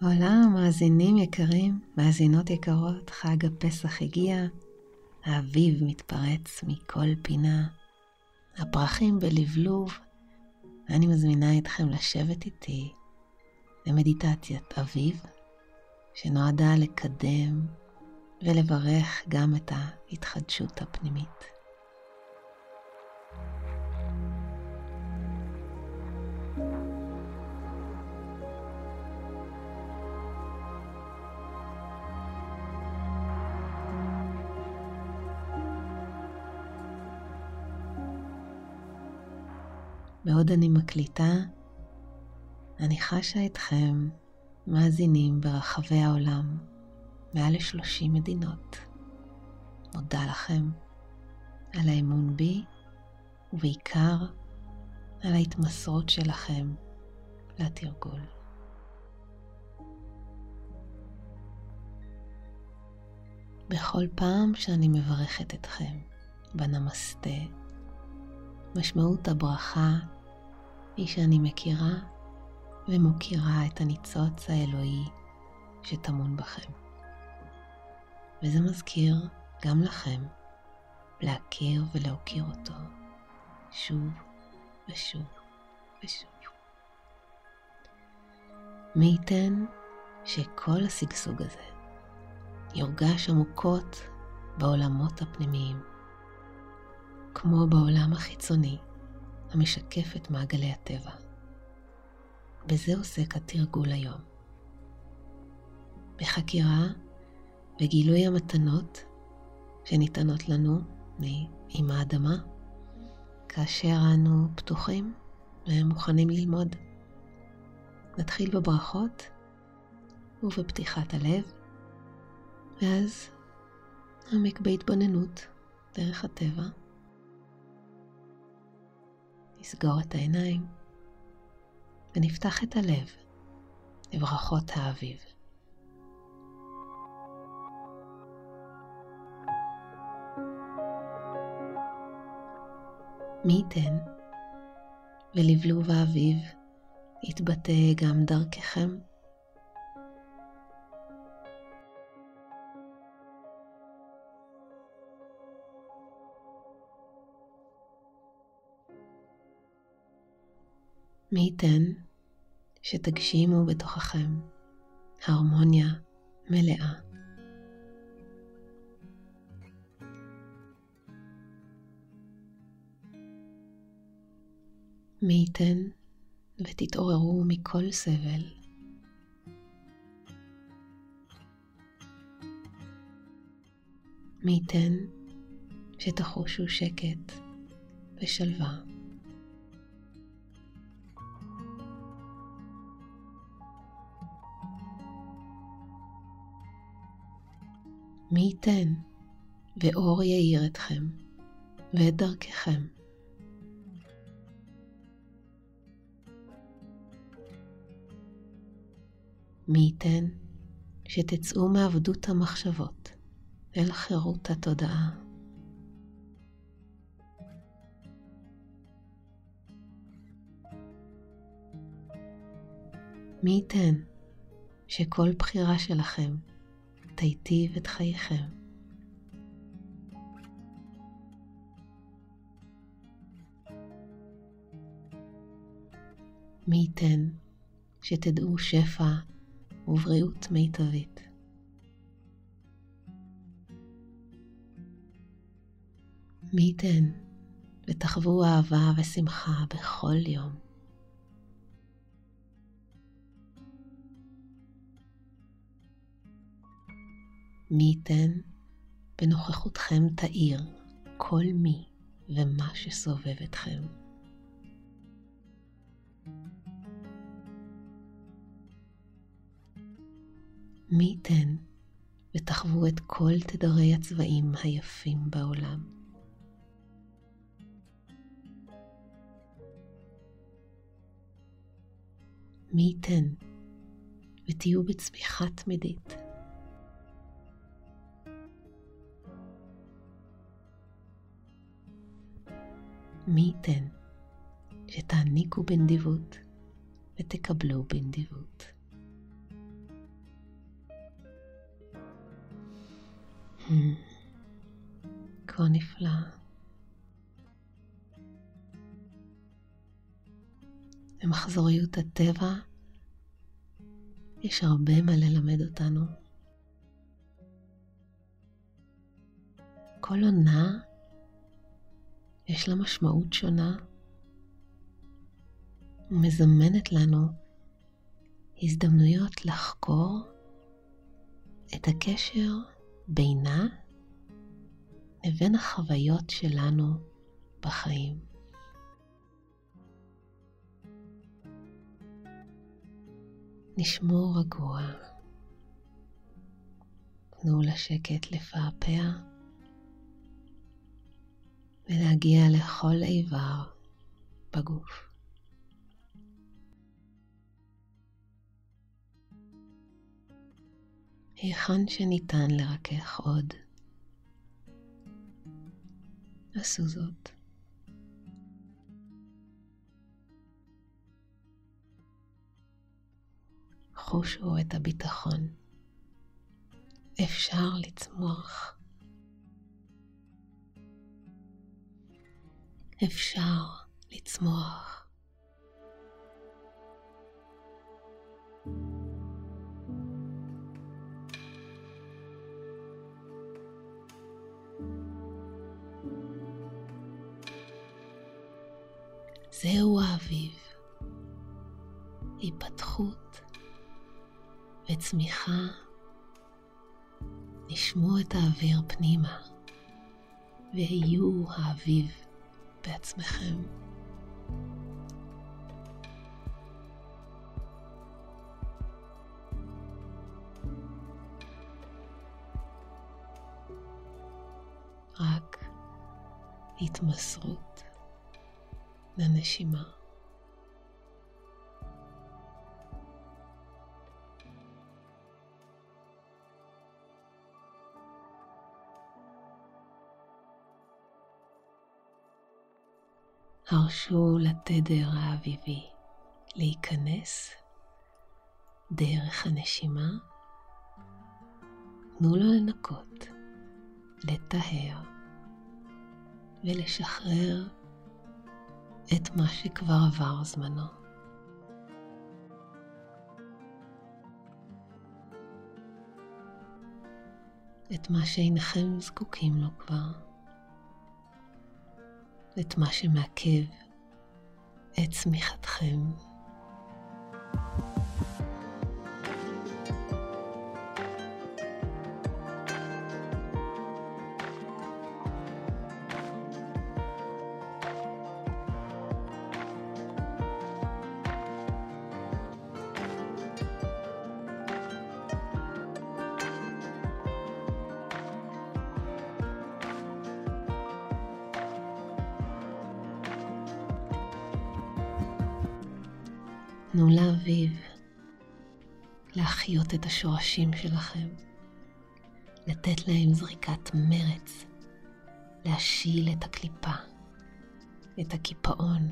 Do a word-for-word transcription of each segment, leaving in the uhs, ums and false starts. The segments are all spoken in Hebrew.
עולם, מאזינים יקרים, מאזינות יקרות, חג הפסח הגיע, האביב מתפרץ מכל פינה, הפרחים בלבלוב, ואני מזמינה אתכם לשבת איתי למדיטציית אביב, שנועדה לקדם ולברך גם את ההתחדשות הפנימית. בעוד אני מקליטה, אני חשה אתכם מאזינים ברחבי העולם, מעל ל-שלושים מדינות. מודה לכם על האמון בי, ובעיקר על ההתמסרות שלכם לתרגול. בכל פעם שאני מברכת אתכם בנמסטה, משמעות הברכה היא שאני מכירה ומוקירה את הניצוץ האלוהי שטמון בכם. וזה מזכיר גם לכם להכיר ולהוקיר אותו שוב ושוב ושוב. מי ייתן שכל השגשוג הזה יורגש עמוקות בעולמות הפנימיים, כמו בעולם החיצוני המשקף את מעגלי הטבע. בזה עוסק התרגול היום. בחקירה וגילוי המתנות שניתנות לנו עם האדמה, כאשר אנו פתוחים ומוכנים ללמוד. נתחיל בברכות ובפתיחת הלב, ואז נעמיק בהתבוננות דרך הטבע. נסגור את העיניים ונפתח את הלב לברכות האביב. מי ייתן ולבלוב האביב יתבטא גם דרככם. מי ייתן שתגשימו בתוככם הרמוניה מלאה. מי ייתן ותתעוררו מכל סבל. מי ייתן שתחושו שקט ושלווה. מי ייתן ואור יאיר אתכם ואת דרככם. מי ייתן שתצאו מעבדות המחשבות אל חירות התודעה. מי ייתן שכל בחירה שלכם תיטיב את חייכם. מי ייתן שתדעו שפע ובריאות מיטבית. מי ייתן ותחוו אהבה ושמחה בכל יום. מי ייתן בנוכחותכם תאיר כל מי ומה שסובב אתכם. מי ייתן ותחוו את כל תדרי הצבעים היפים בעולם. מי ייתן ותהיו בצמיחה תמידית. מי ייתן שתעניקו בנדיבות ותקבלו בנדיבות. כה נפלא. במחזוריות הטבע יש הרבה מה ללמד אותנו. כל עונה יש לה משמעות שונה ומזמנת לנו הזדמנויות לחקור את הקשר בינה לבין החוויות שלנו בחיים. נשמור רגוע, תנו לשקט לפעפע ולהגיע לכל איבר בגוף. היכן שניתן לרכך עוד, עשו זאת. חושו את הביטחון. אפשר לצמוח. אפשר לצמוח. זהו האביב. היפתחות וצמיחה. נשמו את האוויר פנימה והיו האביב בעצמכם. רק התמסרות לנשימה. הרשו לתדר האביבי להיכנס דרך הנשימה. תנו לו לנקות, לטהר ולשחרר את מה שכבר עבר זמנו. את מה שאינכם זקוקים לו כבר. את מה שמעכב את צמיחתכם. תנו לאביב להחיות את השורשים שלכם, לתת להם זריקת מרץ, להשיל את הקליפה, את הקיפאון,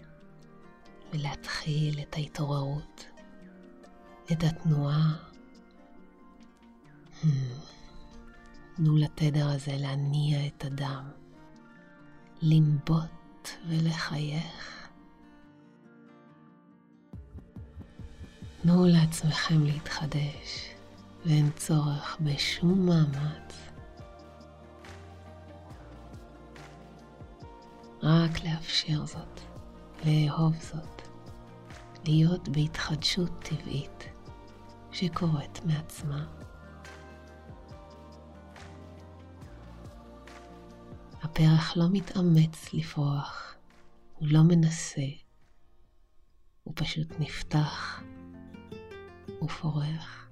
ולהתחיל את ההתעוררות, את התנועה. תנו לתדר הזה להניע את הדם, לנבוט ולחייך. תנו לעצמכם להתחדש, ואין צורך בשום מאמץ. רק לאפשר זאת, לאהוב זאת, להיות בהתחדשות טבעית שקורית מעצמה. הפרח לא מתאמץ לפרוח, הוא לא מנסה, הוא פשוט נפתח ופורח.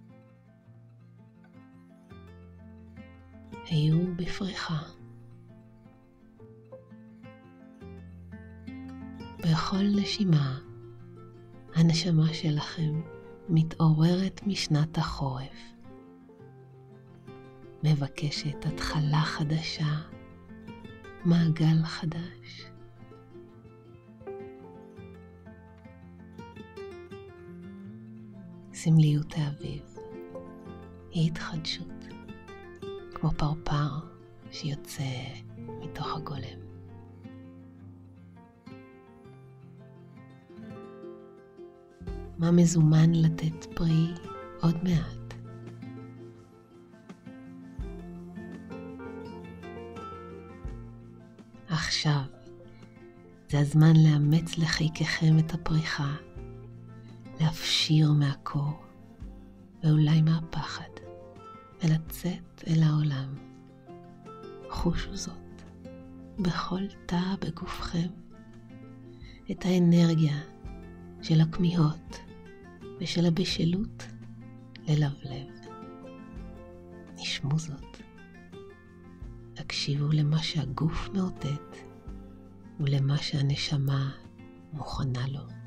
היו בפריחה. בכל נשימה הנשמה שלכם מתעוררת משנת החורף, מבקשת התחלה חדשה, מעגל חדש. סמליות האביב היא התחדשות, כמו פרפר שיוצא מתוך הגולם. מה מזומן לתת פרי עוד מעט? עכשיו זה הזמן לאמץ לחיקכם את הפריחה, להפשיר מהקור ואולי מהפחד, ולצאת אל העולם. חושו זאת בכל תא בגופכם, את האנרגיה של הכמיהות ושל הבשלות ללבלב. נשמו זאת. הקשיבו למה שהגוף מאותת ולמה שהנשמה מוכנה לו.